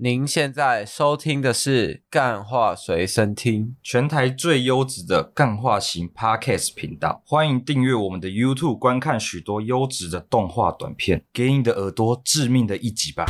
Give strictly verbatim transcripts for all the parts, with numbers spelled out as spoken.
您现在收听的是干话随身听， 全台最优质的干话型 Podcast 频道，欢迎订阅我们的 YouTube， 观看许多优质的动画短片，给你的耳朵致命的一击吧。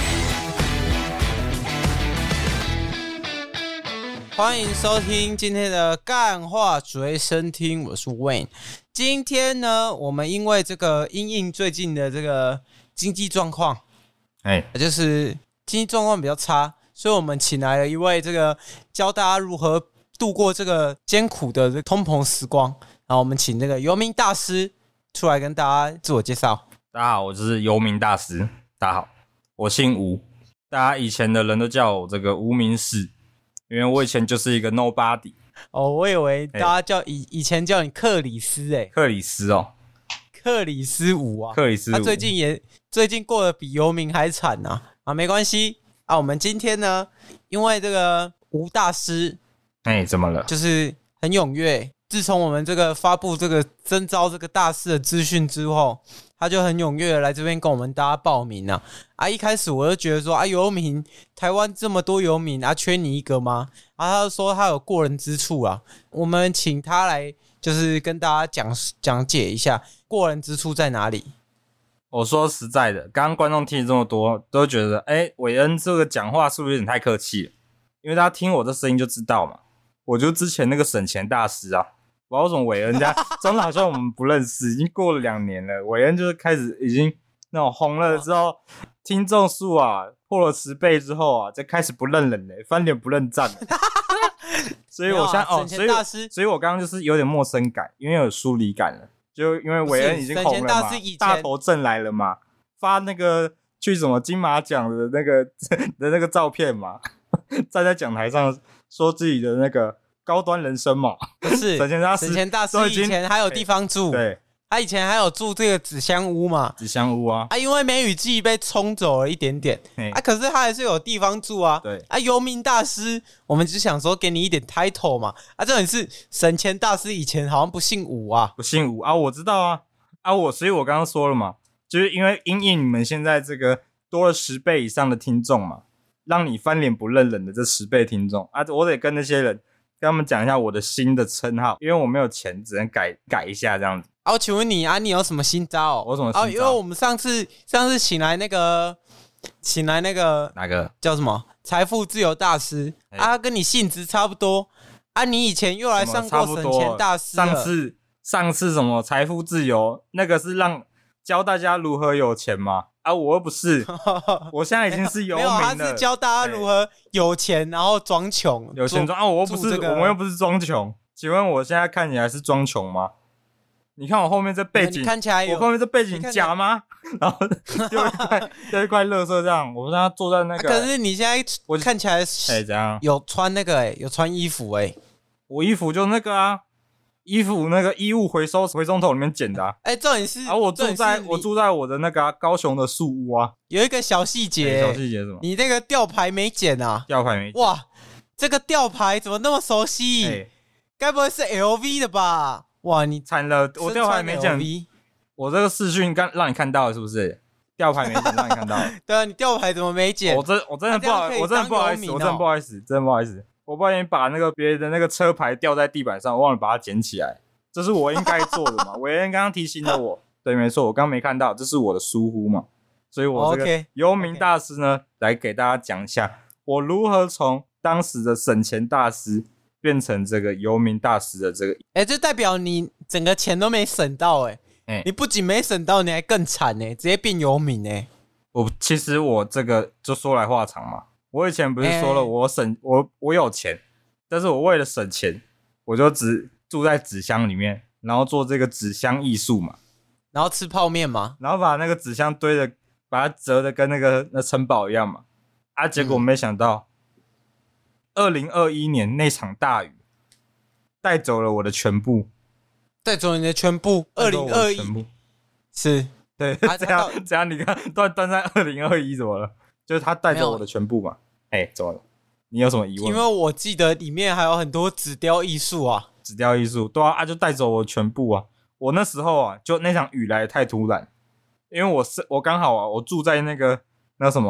欢迎收听今天的干话随身听，我是 Wayne。今天呢，我们因为这个因应最近的这个经济状况， 哎， 就是经济状况比较差，所以我们请来了一位这个教大家如何度过这个艰苦的这个通膨时光。然后我们请这个游民大师出来跟大家自我介绍。 大家好，我就是游民大师。大家好，我姓吴，大家以前的人都叫我这个无名氏，因为我以前就是一个 nobody。 哦，我以为大家叫以、欸、以前叫你克里斯诶、欸， 克里斯哦， 克里斯吴啊， 克里斯吴，他最近也最近过得比游民还惨呐、啊。啊，没关系啊，我们今天呢，因为这个吴大师， 哎、欸，怎么了？ 就是很踊跃。自从我们这个发布这个征召这个大师的资讯之后，他就很踊跃的来这边跟我们大家报名啊。啊，一开始我就觉得说啊，游民台湾这么多游民啊，缺你一个吗？啊，他就说他有过人之处啊，我们请他来就是跟大家讲讲解一下过人之处在哪里。 我说实在的，刚刚观众听了这么多，都觉得哎，韦恩这个讲话是不是有点太客气了？因为大家听我的声音就知道嘛，我就之前那个省钱大师啊。不知道为什么韦恩家真的好像我们不认识，已经过了两年了。韦恩就是开始已经那种红了之后，听众数啊破了十倍之后啊，再开始不认人了，翻脸不认账了。所以我现在、啊、哦，所以所以我刚刚就是有点陌生感，因为有疏离感了。就因为韦恩已经红了嘛，大头阵来了嘛，发那个去什么金马奖的那个的那个照片嘛，站在讲台上说自己的那个。高端人生嘛， 不是省钱大师，省钱大师以前还有地方住， 对， 他以前还有住这个纸箱屋嘛， 纸箱屋啊， 啊，因为梅雨季被冲走了一点点，啊，可是他还是有地方住啊， 对， 啊，游民大师，我们只想说给你一点 title 嘛，啊，这种是省钱大师以前好像不姓吴啊， 不姓吴啊，我知道啊，啊，我所以我刚刚说了嘛，就是因为因应你们现在这个多了十倍以上的听众嘛，让你翻脸不认人的这十倍听众啊，我得跟那些人。跟他们讲一下我的新的称号，因为我没有钱，只能改改一下这样子。 啊，我请问你啊，你有什么新招、哦？ 我什么新招？啊， 因为我们上次上次请来那个，请来那个哪个叫什么财富自由大师、欸、啊，跟你性质差不多啊。你以前又来上过省钱大师， 上次上次什么财富自由，那个是让教大家如何有钱嘛。啊，我又不是，我现在已经是游民了。 没有，他是教大家如何有钱，然后装穷。 有钱装啊，我又不是，这个、我们又不是装穷。请问我现在看起来是装穷吗？你看我后面这背景， 看起来有我后面这背景假吗？然后丢一块丢一块垃圾这样，我现在坐在那个、 啊。可是你现在我看起来哎怎样？ 有穿那个哎、欸，有穿衣服哎、欸， 我衣服就那个啊。衣服那个衣物回收回收桶里面捡的、啊， 哎、欸，重点是， 啊，我住在我住在我的那个、啊、高雄的树屋啊， 有一个小细节、欸， 小细节什么？ 你那个吊牌没剪啊？ 吊牌没剪， 哇，这个吊牌怎么那么熟悉？欸、该不会是 L V 的吧？哇，你惨了，我吊牌没剪，我这个视讯刚让你看到了是不是？吊牌没剪让你看到了， 对啊，你吊牌怎么没剪？ 我真我真的不好，我真的不好意思，我真的不好意思，真的不好意思。我不小心把那个别人的那个车牌掉在地板上，我忘了把它捡起来，这是我应该做的嘛？韦恩刚刚提醒了我，对，没错，我刚刚没看到，这是我的疏忽嘛，所以我这个游民大师呢， okay. 来给大家讲一下，我如何从当时的省钱大师变成这个游民大师的这个， 哎、欸，这代表你整个钱都没省到、欸，哎、欸，你不仅没省到，你还更惨哎、欸，直接变游民哎、欸。 我其实我这个就说来话长嘛。我以前不是说了我省、欸、我我有钱，但是我为了省钱，我就只住在纸箱里面，然后做这个纸箱艺术嘛， 然后吃泡面嘛， 然后把那个纸箱堆的，把它折的跟那个那城堡一样嘛，啊，结果没想到，二零二一年那场大雨带走了我的全部， 带走你的全部，二零二一是， 对，啊、这样这样，你看断断在二零二一怎么了？就是他带走我的全部嘛，哎，怎么了？你有什么疑问？ 因为我记得里面还有很多纸雕艺术啊， 纸雕艺术，对啊，啊就带走我全部啊！我那时候啊，就那场雨来得太突然，因为我是我刚好啊，我住在那个那什么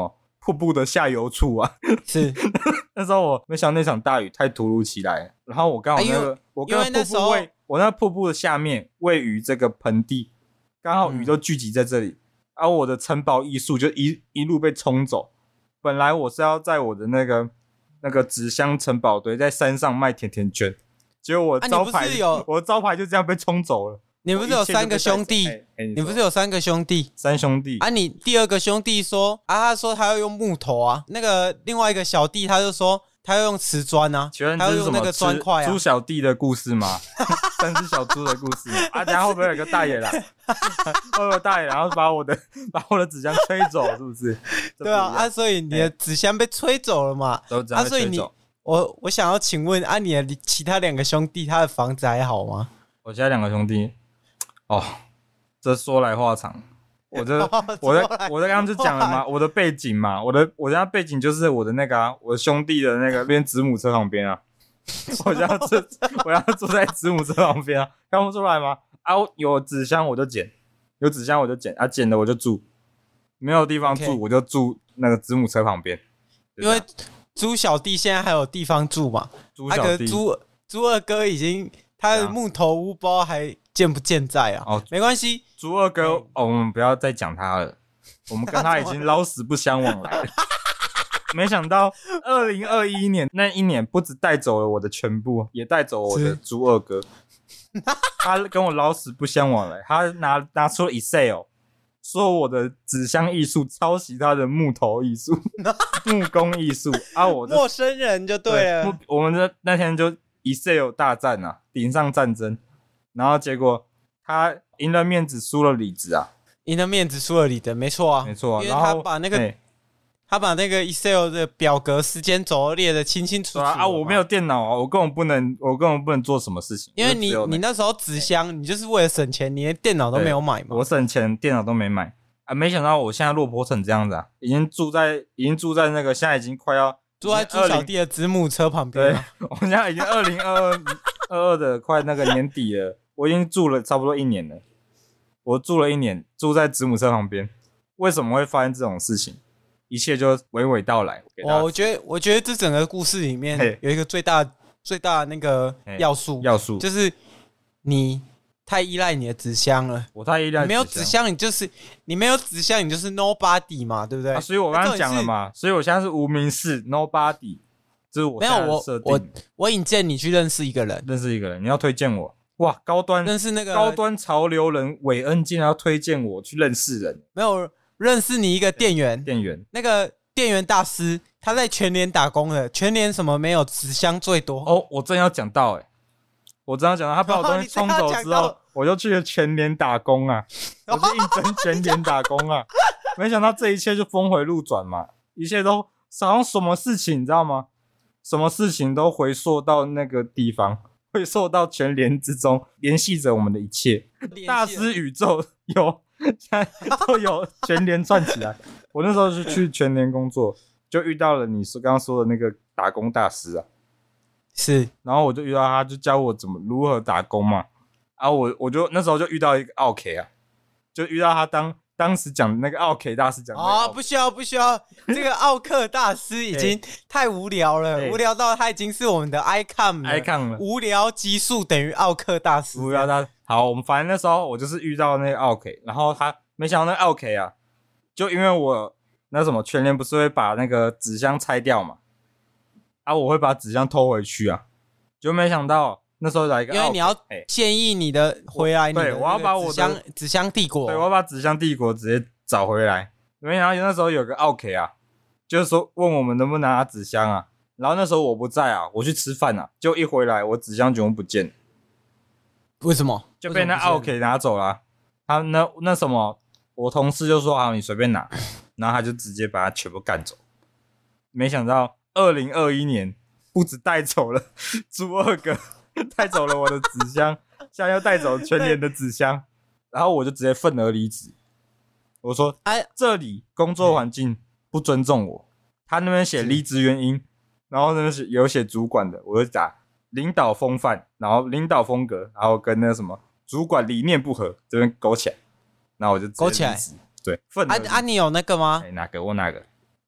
瀑布的下游处啊。 是那时候我没想到那场大雨太突如其来了，然后我刚好那个、 啊、 我跟瀑布位，我那瀑布的下面位于这个盆地，刚好雨都聚集在这里，而、嗯啊、我的城堡艺术就一一路被冲走。本来我是要在我的那个那个纸箱城堡堆在山上卖甜甜圈，结果我招牌、啊、我的招牌就这样被冲走了。 你不是有三个兄弟？ 欸欸、你, 你不是有三个兄弟？ 三兄弟啊！你第二个兄弟说啊，他说他要用木头啊。那个另外一个小弟他就说他要用瓷砖啊， 请问他要用那个砖块啊。 猪小弟的故事吗？三只小猪的故事吗？啊，等一下会不会有个大野狼？会不会有大野狼把我的把我的纸箱吹走？是不是？ 对啊，啊，所以你的纸箱被吹走了嘛？ 欸、 啊，所以你我我想要请问啊，你的其他两个兄弟他的房子还好吗？ 我其他两个兄弟。哦，这说来话长，我这我在我在刚刚就讲了嘛，我的背景嘛，我的我家背景就是我的那个啊，我兄弟的那个边子母车旁边啊，我要住我要住在子母车旁边啊，看不出来吗？啊，有纸箱我就捡，有纸箱我就捡，啊，捡了我就住，没有地方住、okay. 我就住那个子母车旁边， 因为猪小弟现在还有地方住嘛， 猪小弟， 猪猪二哥已经他的木头屋包还。健不健在啊？哦，没关系。 猪二哥、欸哦，我们不要再讲他了，我们跟他已经老死不相往来了。没想到二零二一年那一年，不止带走了我的全部，也带走我的猪二哥。他跟我老死不相往来，他拿拿出了 Excel， 说我的纸箱艺术抄袭他的木头艺术、木工艺术啊！我陌生人就对了。 对我们的那天就 Excel 大战啊，顶上战争。然后结果他赢了面子，输了里子啊！ 赢了面子，输了里子，没错啊， 没错、啊。 因为他把那个他把那个 Excel 的表格时间轴列得清清楚楚啊！啊我没有电脑啊，我根本不能，我根本不能做什么事情。 因为你你那时候纸箱，你就是为了省钱，你连电脑都没有买嘛。 我省钱，电脑都没买啊！没想到我现在落魄成这样子啊！已经住在，已经住在那个，现在已经快要住在猪小弟的子母车旁边、啊。 对，我现在已经二零二二二二的快那个年底了。我已经住了差不多一年了，我住了一年，住在子母车旁边。为什么会发生这种事情？一切就娓娓道来。 我我觉得，我觉得这整个故事里面有一个最大最大的那个要素， 要素就是你太依赖你的纸箱了。 我太依赖纸箱， 没有纸箱，你就是你没有纸箱，你就是 nobody 嘛，对不对？ 啊、所以我刚刚讲了嘛，所以我现在是无名氏 nobody， 这是我没有我我我引荐你去认识一个人， 认识一个人，你要推荐我。哇，高端认识那个高端潮流人韦恩竟然要推荐我去认识人， 没有认识你一个店员， 店员那个店员大师，他在全联打工的，全联什么没有纸箱最多哦，我正要讲到哎、欸，我正要讲到他把我东西冲走之后，我就去了全联打工啊，我去应征全联打工啊，没想到这一切就峰回路转嘛，一切都好像什么事情你知道吗？什么事情都回溯到那个地方。会受到全联之中联系着我们的一切，大师宇宙有现在都有全联串起来。我那时候是去全联工作，就遇到了你说刚刚说的那个打工大师啊， 是， 然后我就遇到他，就教我怎么如何打工嘛。啊我，我我就那时候就遇到一个奥 K 啊，就遇到他当当时讲的那个奥 K 大师讲的啊、哦，不需要不需要，这个奥克大师已经太无聊了，欸、无聊到他已经是我们的 icon 了 icon 了， 无聊级数等于奥克大师， 无聊大好，我们反正那时候我就是遇到那个奥 K， 然后他没想到那个奥 K 啊，就因为我那什么全联不是会把那个纸箱拆掉嘛，啊，我会把纸箱偷回去啊，就没想到。那时候来一个， 因为你要建议你的回来， 对，我要把我的纸箱帝国， 对，我要把纸箱帝国直接找回来。没想到那时候有个奥 K 啊，就是说问我们能不能拿纸箱啊，然后那时候我不在啊，我去吃饭啊，就一回来我纸箱全部不见了。 为什么？ 就被那奥 K 拿走了、啊。他那那什么，我同事就说好，你随便拿，然后他就直接把他全部干走。没想到二零二一年不止带走了猪二哥。带走了我的纸箱，现在又带走全联的纸箱，然后我就直接愤而离职。我说：“哎，这里工作环境不尊重我。”他那边写离职原因，然后那边有写主管的，我就打领导风范，然后领导风格，然后跟那个什么主管理念不合，这边勾起来，然后我就直接勾起来。 对，愤而啊啊，你有那个吗？ 哎，哪个？我哪个？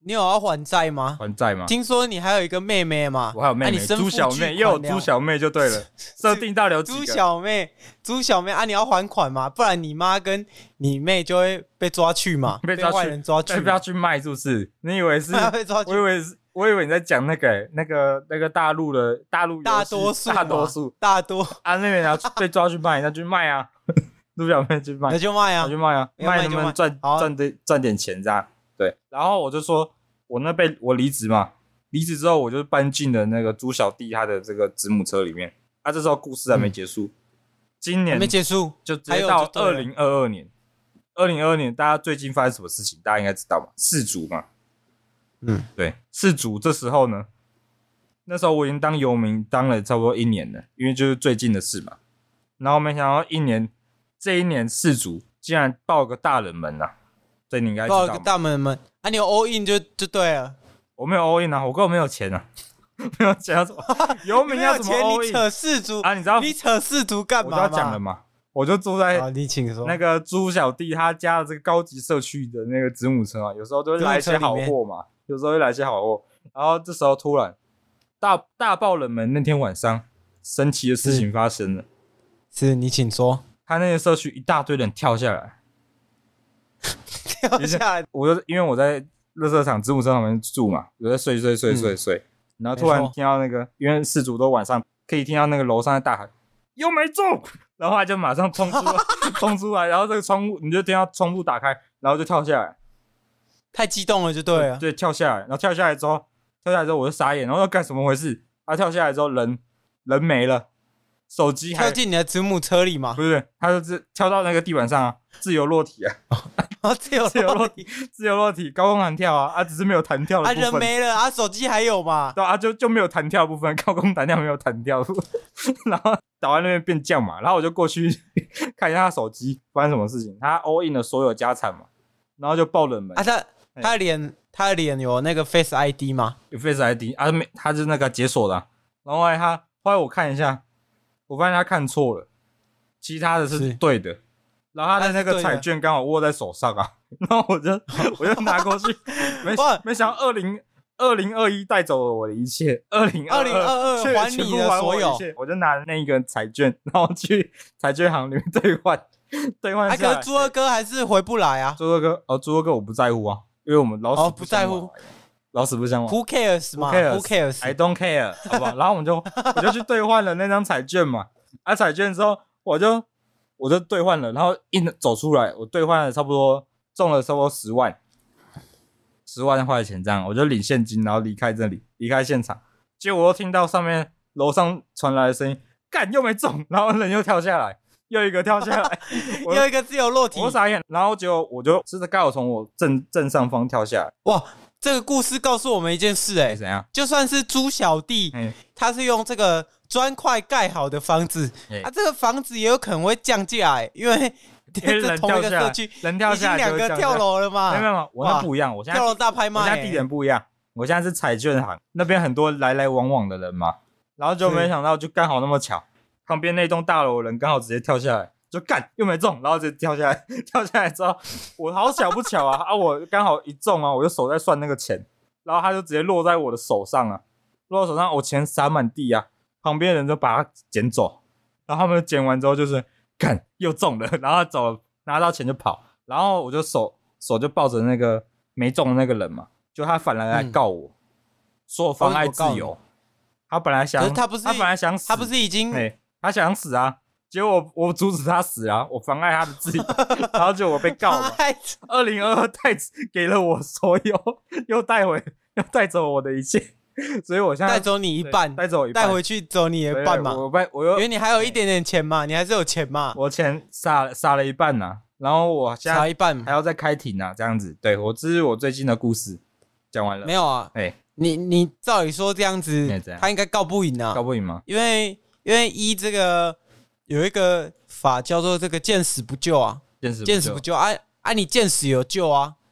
你有要还债吗？ 还债吗？ 听说你还有一个妹妹嘛？ 我还有妹妹，朱、啊、小妹，又有朱小妹就对了。设定到了几个？ 朱小妹，朱小妹啊，你要还款嘛？不然你妈跟你妹就会被抓去嘛，被坏人抓去， 不要去卖，是不是？你以为是？ 被抓去我以为是。我以为你在讲那个、欸、那个那个大陆的大陆大多数大多数大多啊，那边要被抓去卖，那就卖啊，朱小妹去卖， 那就卖啊， 那就卖啊，卖能不能赚赚点赚点钱这样？对，然后我就说我那被我离职嘛，离职之后我就搬进了那个朱小弟他的这个子母车里面。啊，这时候故事还没结束，嗯、今年还没结束， 就直接到二零二二年。二零二二年，大家最近发生什么事情？大家应该知道嘛，世足嘛。嗯，对，世足这时候呢，那时候我已经当游民当了差不多一年了，因为就是最近的事嘛。然后没想到一年，这一年世足竟然爆个大冷门啊！这你应该知道。 爆个大冷门啊！你有 all in 就就对了。 我没有 all in 啊，我根本没有钱啊，没有钱要怎么？游民要怎么 all in？ 你扯世足啊？你知道你扯世足干嘛？ 我都要讲了嘛。我就住在你请说那个朱小弟他家的这个高级社区的那个子母车啊，有时候都会来一些好货嘛。有时候会来一些好货，然后这时候突然大大爆冷门。那天晚上，神奇的事情发生了。 是, 是你请说。 他那个社区一大堆人跳下来， 跳下来。 我就因为我在垃圾场子母车旁边住嘛，我在睡睡睡睡睡、嗯，然后突然听到那个，因为事主都晚上可以听到那个楼上在大喊又没中，然后他就马上冲出来，冲出来，然后这个窗户你就听到窗户打开，然后就跳下来。 太激动了就对了， 对，跳下来，然后跳下来之后，跳下来之后我就傻眼，然后要干什么回事？他、啊、跳下来之后人人没了，手机还跳进你的子母车里吗？ 不是，他就是跳到那个地板上啊，自由落体啊， 哦，自由落体， 自由落体，高空弹跳啊，啊，只是没有弹跳的部分， 啊，人没了啊，手机还有嘛？ 对啊，就就没有弹跳的部分，高空弹跳没有弹跳的部分，然后倒在那边变酱嘛，然后我就过去看一下他手机发生什么事情，他 all in 了所有家产嘛，然后就爆冷门啊，他。他的脸，他的脸有那个 Face I D 吗？ 有 Face I D 啊，没，他是那个解锁的、啊。然后后来他，后来我看一下，我发现他看错了，其他的是对的。然后他的那个彩券刚好握在手上啊，然后我就我就拿过去，没没想到二零二零二一带走了我的一切，二零二二还你的所有， 我就拿那一个彩券，然后去彩券行里面兑换，兑换下来。 可是猪二哥还是回不来啊， 猪二哥哦，猪二哥我不在乎啊。因为我们老死不在乎， 老死不相往。 Who cares 嘛 ？Who cares？I don't care， 好不好？然后我们就我就去兑换了那张彩券嘛。啊，彩券之后我就我就兑换了，然后一走出来，我兑换了差不多中了差不多十万，十万块钱这样，我就领现金，然后离开这里，离开现场。结果我又听到上面楼上传来的声音，干又没中，然后人又跳下来。又一个跳下来， 又一个自由落体， 我傻眼，然后结果我就就是刚好从我正正上方跳下来。 哇，这个故事告诉我们一件事、欸，哎， 怎样？ 就算是猪小弟，他是用这个砖块盖好的房子，啊，这个房子也有可能会降价、欸，因为这同一个社区， 人跳下来， 已经两个跳楼了嘛？ 没有没有，我那不一样，我现在跳楼大拍卖、欸， 我现在地点不一样，我现在是彩券行那边很多来来往往的人嘛，然后就没想到就刚好那么巧，旁边那栋大楼的人刚好直接跳下来。就干又没中，然后就跳下来，跳下来之后，我好巧不巧啊啊！我刚好一中啊，我就手在算那个钱，然后他就直接落在我的手上啊，落在手上，我钱洒满地啊，旁边人就把它捡走，然后他们捡完之后就是干又中了，然后走拿到钱就跑，然后我就手手就抱着那个没中的那个人嘛，就他反来来告我，嗯、说我妨碍自由，他本来想， 可是他不是他本来想死， 他不是已经， 他想死啊。结果 我, 我阻止他死啊，我妨碍他的自由，然后就我被告了。二零二二带给了我所有，又带回，又带走我的一切，所以我现在带走你一半， 带走我一半， 带回去走你的半嘛。 我我我又因为你还有一点点钱嘛，你还是有钱嘛。 我钱撒撒了一半呐、啊，然后我现在撒一半还要再开庭啊，这样子。对，我这是我最近的故事，讲完了。 没有啊，哎、欸，你你照理说这样子，欸、他应该告不赢啊， 告不赢吗？ 因为因为依这个。有一个法叫做这个见死不救啊， 见死见死不救啊啊！你见死有救啊，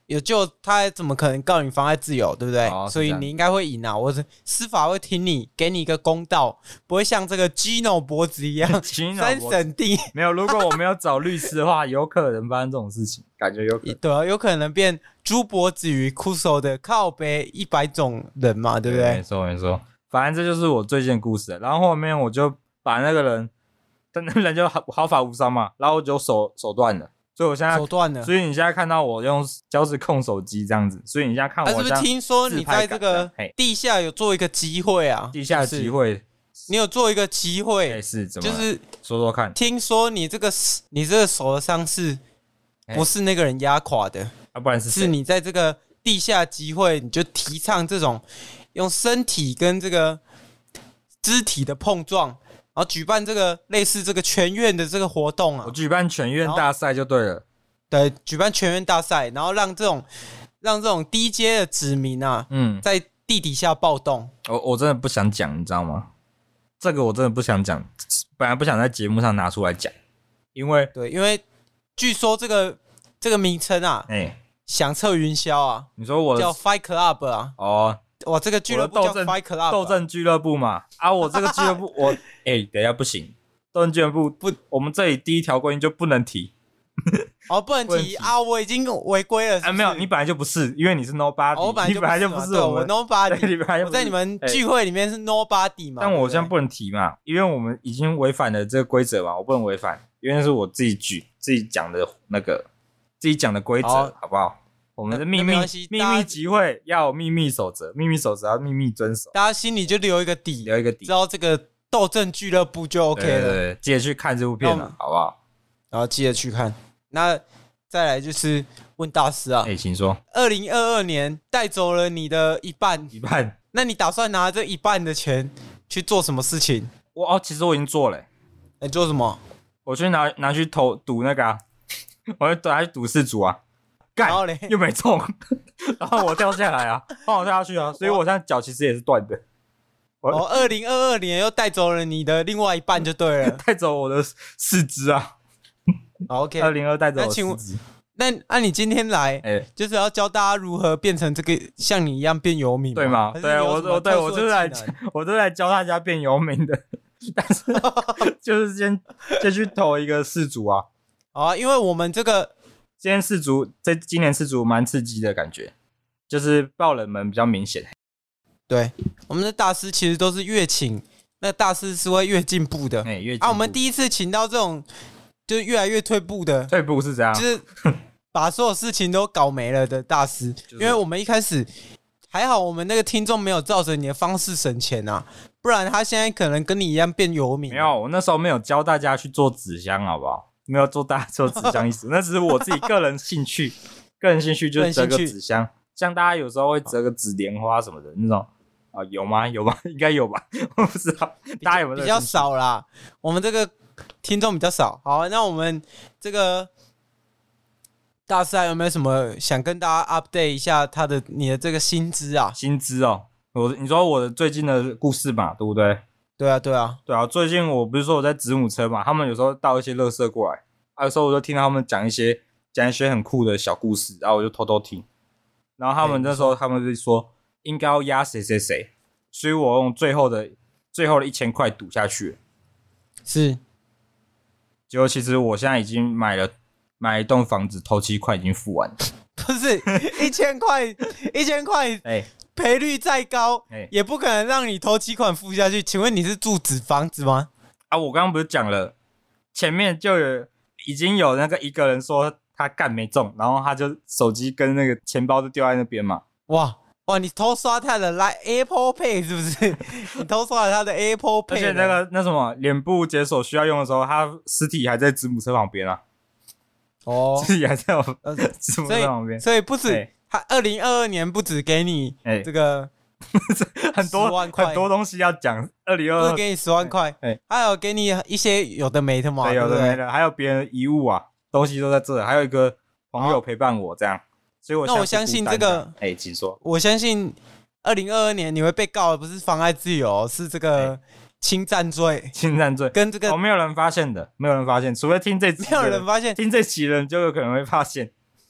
有救，他怎么可能告你妨碍自由，对不对？ 哦、 所以你应该会赢啊！我是司法会听你，给你一个公道，不会像这个 Gino 脖子一样三审定。 没有，如果我没有找律师的话，有可能发生这种事情，感觉有可能。 对啊，有可能变猪脖子与酷手的靠北一百种人嘛，对不对？ 对没错没错，反正这就是我最近的故事。然后后面我就把那个人，但那人就毫毫发无伤嘛，然后我就手手断了。所以我现在手断了， 所以你现在看到我用脚趾控手机这样子，所以你现在看我、啊、 是不是听说你在这个地下有做一个集会啊？ 地下集会， 你有做一个集会？ 欸、是怎么？ 就是说说看。 听说你这个你这个手的伤势不是那个人压垮的， 啊，不然是是你在这个地下集会，你就提倡这种用身体跟这个肢体的碰撞。然后举办这个类似这个全院的这个活动啊， 我举办全院大赛就对了， 对，举办全院大赛，然后让这种让这种低阶的子民啊，嗯，在地底下暴动。 我我真的不想讲，你知道吗？这个我真的不想讲，本来不想在节目上拿出来讲，因为对，因为据说这个这个名称啊，哎、欸，响彻云霄啊， 你说我叫 Fight Club 啊，哦。我这个俱乐部叫 Fight Club， 斗阵俱乐部嘛。啊，我这个俱乐部，我哎、欸，等一下不行，斗阵俱乐部不，我们这里第一条规定就不能提。 哦，不能提, 不能提啊！我已经违规了是不是。 啊，没有，你本来就不是，因为你是 nobody，、 哦、我本来就不是、啊、 你本来就不是我们我 nobody， 你本来就不是我在你们聚会里面是 nobody 嘛。 但我现在不能提嘛，因为我们已经违反了这个规则嘛，我不能违反，因为是我自己举自己讲的那个自己讲的规则，好不好？我们的秘密秘密集会要有秘密守则，秘密守则要秘密遵守。 大家心里就留一个底， 留一个底， 知道这个斗阵俱乐部就 OK 了。 对对对，记得去看这部片了，好不好？ 然后记得去看。那再来就是问大师啊， 哎、欸，请说。 二零二二年带走了你的一半， 一半， 那你打算拿这一半的钱去做什么事情？ 我哦，其实我已经做了、欸。 你、欸、做什么？ 我去拿拿去投赌那个啊，我去拿去赌世足啊。干，又没中，然后我掉下来啊，放我跳下去啊，所以我现在脚其实也是断的。 哦，二零二二年又带走了你的另外一半就对了， 带走我的四肢啊。 OK， 二零二带走我四肢。 那那、啊、你今天来，欸、就是要教大家如何变成这个像你一样变游民， 对吗？对，我我对我就是来，我就是来教大家变游民的。但是就是先先去投一个世足啊， 啊，因为我们这个。 今天世足，这今年世足蛮刺激的感觉，就是爆冷门比较明显。 对，我们的大师其实都是越请，那大师是会越进步的。 哎、欸，越进步啊，我们第一次请到这种，就是越来越退步的。 退步是这样， 就是把所有事情都搞没了的大师。就是、因为我们一开始还好，我们那个听众没有照着你的方式省钱啊，不然他现在可能跟你一样变游民。 没有，我那时候没有教大家去做纸箱，好不好？没有做大家做纸箱意思，那只是我自己个人兴趣，个人兴趣就是折个纸箱，像大家有时候会折个纸莲花什么的那种啊，有吗？有吗？应该有吧？我不知道，大家有没有比较少啦？我们这个听众比较少。好，那我们这个大师有没有什么想跟大家 update 一下他的你的这个薪资啊？ 薪资哦，我你说我的最近的故事嘛，对不对？ 对啊，对啊， 对啊！最近我不是说我在子母车嘛，他们有时候倒一些垃圾过来，啊、有时候我就听到他们讲一些讲一些很酷的小故事，然后我就偷偷听。然后他们那时候他们就说应该要压谁谁谁，所以我用最后的最后的一千块赌下去了。 是， 结果其实我现在已经买了买一栋房子，头期款已经付完了。 不是一千块，一千块，哎、欸。赔率再高、欸，也不可能让你头期款付下去。请问你是住纸房子吗？ 啊，我刚刚不是讲了，前面就有已经有那个一个人说他干没中，然后他就手机跟那个钱包就丢在那边嘛。 哇哇，你偷刷他的来 Apple Pay 是不是？你偷刷了他的 Apple Pay， 而且那个那什么脸部解锁需要用的时候，他尸体还在子母车旁边啊。哦，尸体还在我子母车旁边， 所以不止。欸他二零二二年不只给你这个很多很多东西要讲，二零二二不是给你十萬塊，還有給你一些有的沒的嘛， 對，有的沒的，還有別人的遺物啊，東西都在這，還有一個朋友陪伴我這樣，所以我那我相信這個， 哎，請說， 我相信二零二二年你會被告的不是妨礙自由，是這個侵占罪， 侵占罪跟這個哦，沒有人發現的，沒有人發現，除非聽這集， 沒有人發現， 聽這期人就有可能會發現。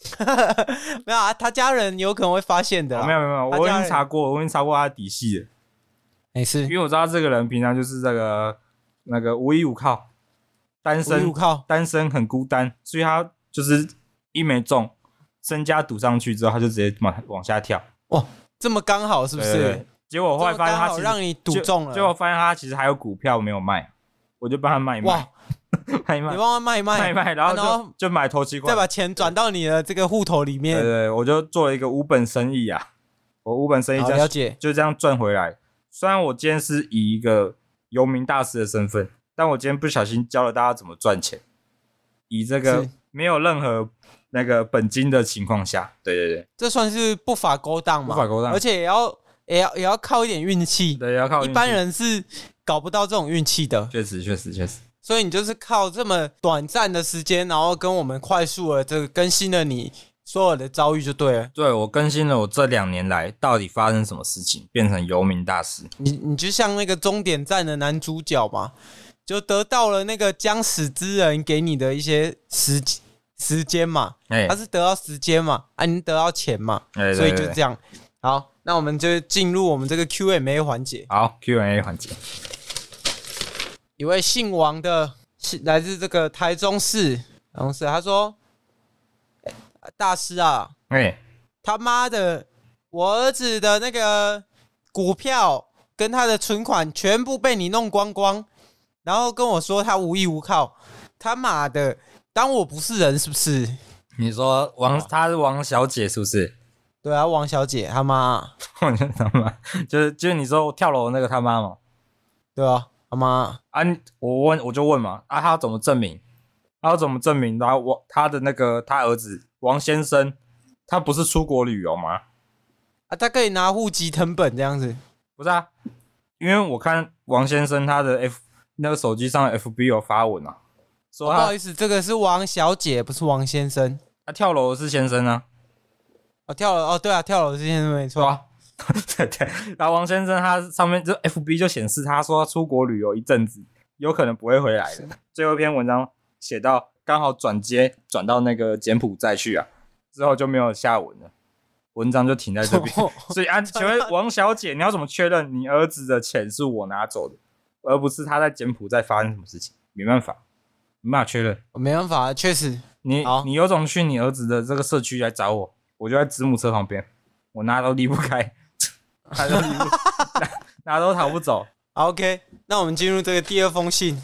没有啊，他家人有可能会发现的啦、 哦。没有没有没有，我已经查过，我已经查过他的底细了。 没事， 因为我知道这个人平常就是这个那个无依无靠，单身， 无依无靠， 单身很孤单，所以他就是一没中，身家赌上去之后，他就直接往往下跳。 哇，这么刚好是不是？ 对对对，结果我后来发现他其实让你赌中了， 结果我发现他其实还有股票没有卖，我就帮他卖一卖。卖一卖， 你帮他卖一卖， 卖一卖，然后就、啊、然后就买头期款， 再把钱转到你的这个户头里面。 对对，我就做了一个无本生意啊，我无本生意这样了解， 就这样赚回来。虽然我今天是以一个游民大师的身份，但我今天不小心教了大家怎么赚钱，以这个没有任何那个本金的情况下，对对对， 这算是不法勾当嘛？ 不法勾当， 而且也要也要也要靠一点运气， 对，也要靠运气， 一般人是搞不到这种运气的。 确实，确实，确实。 所以你就是靠这么短暂的时间，然后跟我们快速的这个更新了你所有的遭遇就对了。 对，我更新了我这两年来到底发生什么事情，变成游民大师。 你你就像那个终点站的男主角嘛，就得到了那个将死之人给你的一些时时间嘛， 欸、 他是得到时间嘛，啊，你得到钱嘛， 欸、 所以就这样。好，那我们就进入我们这个 Q and A 环节。 好 ，Q and A 环节。 一位姓王的，来自这个台中市，台中市，他说：“大师啊， 哎、欸， 他妈的，我儿子的那个股票跟他的存款全部被你弄光光，然后跟我说他无依无靠，他妈的，当我不是人是不是？ 你说王，他是王小姐是不是？ 对啊，王小姐他妈， 他妈，就是就是你说跳楼那个他妈嘛？ 对啊。”他妈啊！我问我就问嘛，啊，他要怎么证明？他要怎么证明？然后我他的那个他儿子王先生，他不是出国旅游吗？ 啊，他可以拿户籍誊本这样子？ 不是啊，因为我看王先生他的 F 那个手机上的 F B 有发文啊，说、 哦、不好意思，这个是王小姐，不是王先生。 他、啊、跳楼是先生啊。 哦，跳楼哦，对啊，跳楼是先生没错。 啊对对，然后王先生他上面就 F B 就显示他说他出国旅游一阵子，有可能不会回来的。最后一篇文章写到刚好转接转到那个柬埔寨去啊，之后就没有下文了，文章就停在这边。所以啊，请问王小姐，你要怎么确认你儿子的钱是我拿走的，而不是他在柬埔寨发生什么事情？没办法，没办法确认。 我没办法，确实。 你你有种去你儿子的这个社区来找我，我就在子母车旁边，我哪都离不开。哪都离不哪, 哪都逃不走。 OK， 那我们进入这个第二封信，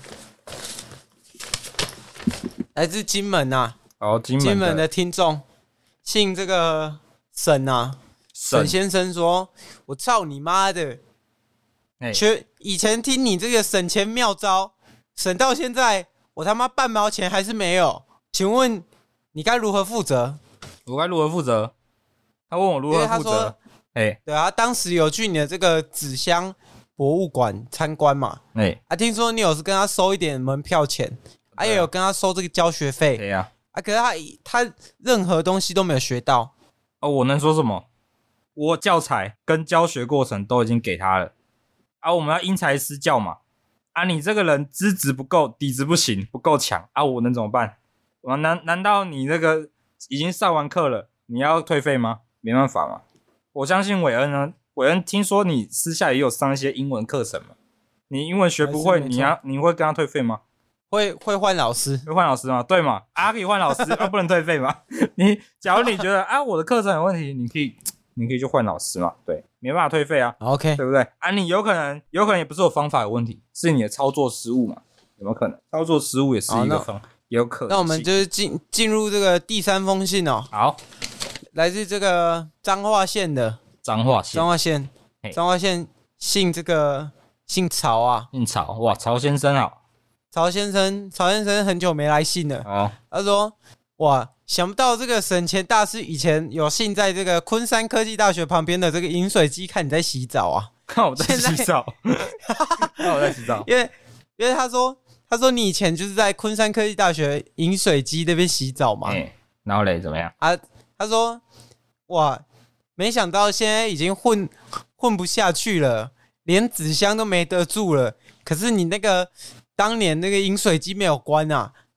来自金门啊， 哦，金门 的, 金门的听众，姓这个沈啊，沈先生说：“我操你妈的！全以前听你这个省钱妙招，省到现在，我他妈半毛钱还是没有。请问你该如何负责？ 我该如何负责？他问我如何负责。” 欸、对啊，当时有去你的这个纸箱博物馆参观嘛？哎、欸，啊，听说你有是跟他收一点门票钱，啊，也有跟他收这个交学费， 对呀， 啊，可是他他任何东西都没有学到。 哦，我能说什么？我教材跟教学过程都已经给他了，啊，我们要因材施教嘛。啊，你这个人资质不够，底子不行，不够强，啊，我能怎么办？我难难道你那个已经上完课了，你要退费吗？没办法嘛。我相信韦恩呢，韦恩听说你私下也有上一些英文课程嘛，你英文学不会，你要你会跟他退费吗？ 会会换老师， 会换老师吗？对嘛，啊可以换老师，啊不能退费吗？你假如你觉得啊我的课程有问题，你可以你可以去换老师嘛，对，没办法退费啊 ，OK， 对不对？啊你有可能有可能也不是我方法有问题，是你的操作失误嘛，有没有可能？操作失误也是一个方，也有可能。 那我们就是进进入这个第三封信哦， 好。 来自这个彰化县的彰化县， 彰化县，彰化县姓这个姓曹啊， 姓曹，哇，曹先生啊， 曹先生，曹先生很久没来信了。 哦， 他说，哇，想不到这个省钱大师以前有幸在这个昆山科技大学旁边的这个饮水机看你在洗澡啊， 看我在洗澡，看我在洗澡， 因为因为他说他说你以前就是在昆山科技大学饮水机那边洗澡嘛， 欸、然后嘞怎么样啊？他说，哇，没想到现在已经混混不下去了，连纸箱都没得住了。可是你那个当年那个饮水机没有关啊，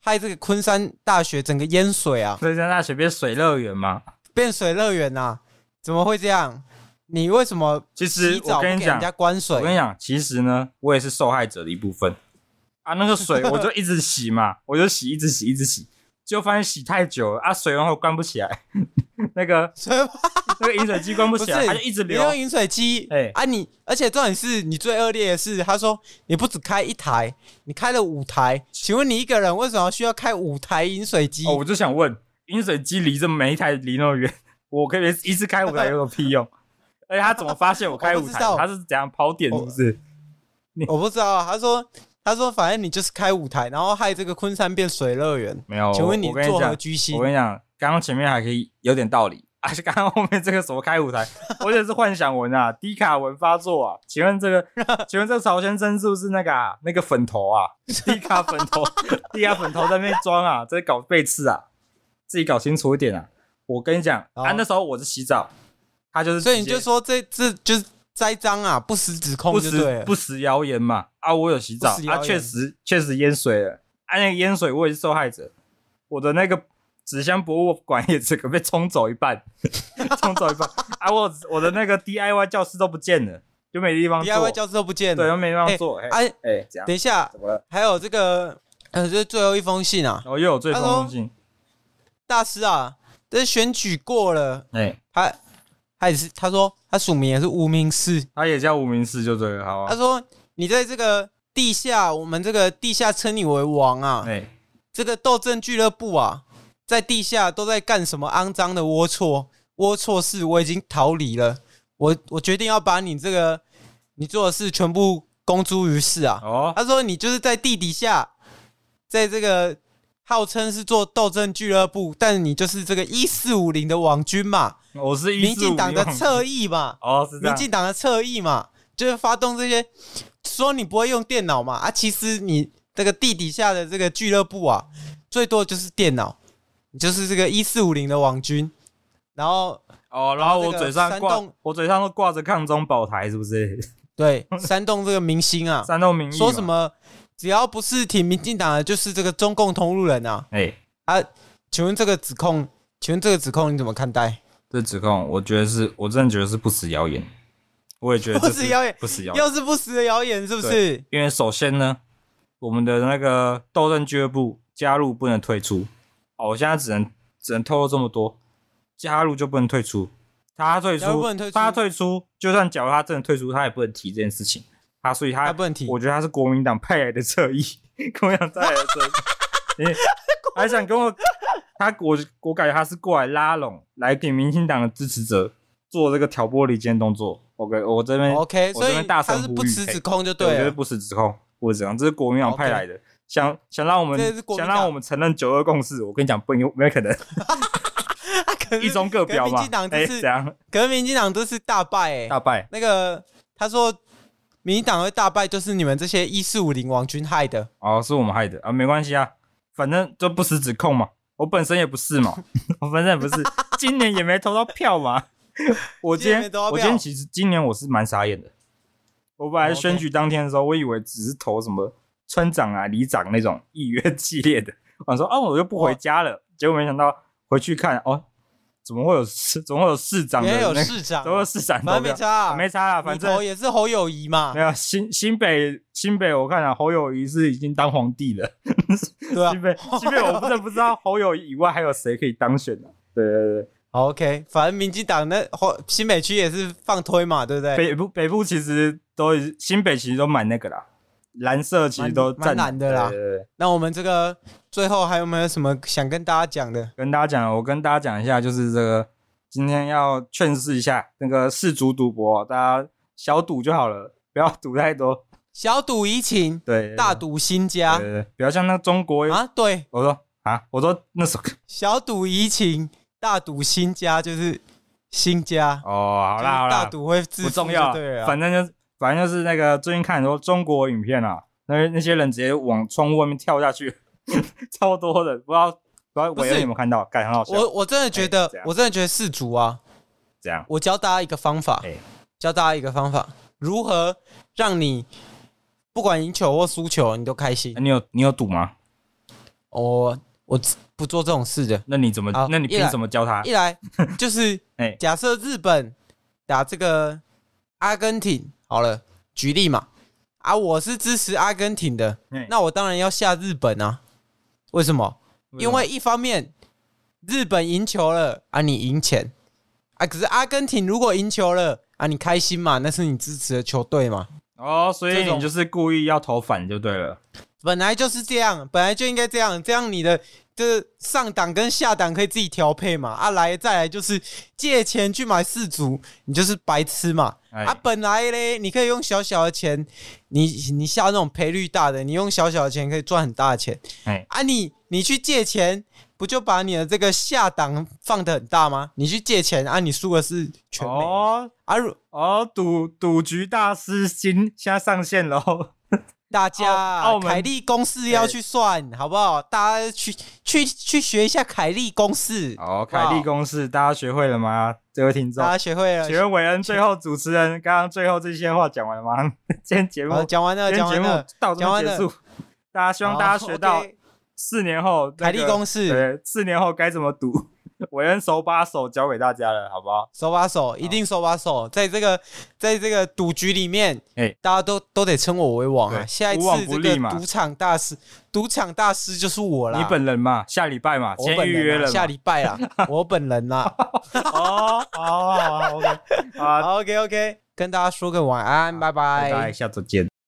害这个昆山大学整个淹水啊， 昆山大学变水乐园嘛， 变水乐园啊，怎么会这样？你为什么其实洗澡我跟你讲， 不给人家关水？ 我跟你讲，其实呢，我也是受害者的一部分啊。那个水我就一直洗嘛，我就洗，一直洗，一直洗，结果发现洗太久了啊，水然后关不起来，那个那个饮水机关不起来，它就一直流。 你用饮水机，哎、欸、啊你，而且重点是你最恶劣的是，他说你不只开一台，你开了五台，请问你一个人为什么需要开五台饮水机？ 哦，我就想问，饮水机离这每一台离那么远，我可以一次开五台有个屁用？而且他怎么发现我开五台？他是怎样跑点？是不是？ 我, 我不知道啊。他说，他说，反正你就是开五台，然后害这个昆山变水乐园。 没有， 请问你作何居心？ 我跟你讲，刚刚前面还可以有点道理，而且刚刚后面这个什么开五台，我也是幻想文啊，低卡文发作啊。请问这个，请问这个曹先生是不是那个啊？那个粉头啊？低卡粉头，低卡粉头在那边装啊，在搞背刺啊，自己搞清楚一点啊。我跟你讲、哦、啊，那时候我是洗澡。他就是， 所以你就说这这就是栽赃啊，不实指控就对了， 不实谣言嘛。啊，我有洗澡，啊，确实确实淹水了。啊，那个淹水我也是受害者，我的那个纸箱博物馆也整个被冲走一半，冲走一半。啊，我我的那个 D I Y 教室都不见了，就没地方做。 D I Y 教室都不见了， 对，都没地方做。哎哎、欸欸，这样。 等一下，怎么了？还有这个，呃，这是最后一封信啊。 哦，又有最后一封信。 大师啊，这选举过了，哎、欸，他。他也是，他说他署名也是无名氏， 他也叫无名氏就对了，好、啊。 他说你在这个地下，我们这个地下称你为王啊，欸、这个斗阵俱乐部啊，在地下都在干什么肮脏的龌龊龌龊事，我已经逃离了，我我决定要把你这个你做的事全部公诸于世啊。哦，他说你就是在地底下，在这个。号称是做斗争俱乐部，但是你就是这个一四五零的网军嘛？ 我是民进党的侧翼嘛？ 哦，是这样。 民进党的侧翼嘛，就是发动这些说你不会用电脑嘛？啊，其实你这个地底下的这个俱乐部啊，最多就是电脑，你就是这个一四五零的网军。然后哦，然后我嘴上挂，我嘴上都挂着抗中保台，是不是？ 对，煽动这个民心啊， 煽动民意， 说什么？只要不是挺民进党的，就是这个中共同路人啊！哎、欸、啊，请问这个指控，请问这个指控你怎么看待？ 这指控，我觉得是，我真的觉得是不实谣言。我也觉得不实谣言， 不实谣言， 又是不实的谣言，是不是？ 因为首先呢，我们的那个斗争俱乐部加入不能退出。哦，我现在只能只能透露这么多，加入就不能退出。他退出， 不能退出他退出，就算假如他真的退出，他也不能提这件事情。他所以他， 他不能提， 我觉得他是国民党派来的侧翼，国民党派来的侧翼，欸、还想跟我，他我我感觉他是过来拉拢，来给民进党的支持者做这个挑拨离间动作。OK， 我这边 OK， 我这边大声呼吁， 他是不实指控就对了， 我觉得不实指控，不是这样，这是国民党派来的， okay. 想想让我们想让我们承认九二共识，我跟你讲，不没有可能。一中各表嘛， 民进党就是、 欸、这样， 可是民进党都是大败哎、欸， 大败。 那个他说。民进党会大败，就是你们这些一四五零网军害的。 哦，是我们害的啊，没关系啊，反正就不实指控嘛。我本身也不是嘛，我本身也不是，今年也没投到票嘛。我今天，我今天其实今年我是蛮傻眼的。我本来选举当天的时候，我以为只是投什么村长啊、里长那种议员系列的。我说，哦、啊，我又不回家了。结果没想到回去看，哦。怎么会有市？怎么会有市长的、那個？ 也有市长， 怎么会有市长？ 反正没差、啊， 没差啦。反正也是侯友宜嘛。 没有新新北新北，我看啊，侯友宜是已经当皇帝了。 对啊， 新北新北，我真的不知道侯友宜以外还有谁可以当选的、啊。对对对。 OK， 反正民进党那新北区也是放推嘛，对不对？ 北部北部其实都新北其实都蛮那个啦。蓝色其实都蛮难的啦。 对对对， 那我们这个最后还有没有什么想跟大家讲的？ 跟大家讲，我跟大家讲一下，就是这个今天要劝示一下那个世足赌博，大家小赌就好了，不要赌太多。 小赌怡情， 对, 对, 对， 大赌新家， 对对对，不要像那中国啊，对， 我说啊，我说那首歌， 小赌怡情，大赌新家就是新家哦，好啦好啦， 大赌会致富，不重要，对， 反正就。反正就是那个最近看很多中国影片啊，那那些人直接往窗户外面跳下去，超多的，不知道不知道伟恩有没有看到？感很好笑。 我我真的觉得，欸、我真的觉得世足啊， 这样， 我教大家一个方法，欸、教大家一个方法，如何让你不管赢球或输球，你都开心。 你有你有赌吗？ 我我不做这种事的。 那你怎么？那你凭什么教他？ 一来就是假设日本打这个阿根廷，好了，举例嘛，啊，我是支持阿根廷的，那我当然要下日本啊。为什么？因为一方面日本赢球了啊，你赢钱啊，可是阿根廷如果赢球了啊，你开心嘛，那是你支持的球队嘛。 哦，所以你就是故意要投反就对了。 本来就是这样，本来就应该这样，这样你的这上档跟下档可以自己调配嘛。啊，来再来就是借钱去买四组，你就是白痴嘛。啊，本来嘞，你可以用小小的钱，你你下那种赔率大的，你用小小的钱可以赚很大的钱。啊你，你你去借钱，不就把你的这个下档放得很大吗？你去借钱啊，你输的是全美。 哦啊哦，赌赌局大师新现在上线喽。 大家凯利公式要去算，好不好？大家去去去学一下凯利公式。 哦，凯利公式，大家学会了吗？这位听众， 大家学会了。 请问韦恩，最后主持人刚刚最后这些话讲完了吗？今天节目讲完了， 今天节目到这边结束。大家希望大家学到四年后凯利公式， 对，四年后该怎么赌。韦恩手把手教给大家了，好不好？ 手把手，一定手把手，在这个在这个赌局里面，欸、大家都都得称我为王啊！下一次这个赌场大师，赌场大师就是我啦。 你本人嘛，下礼拜嘛，先预约了， 下礼拜啦，我本人啦。 哦，好好好 ，OK， 好 ，OK OK， 跟大家说个晚安，拜拜， 拜拜，下周见。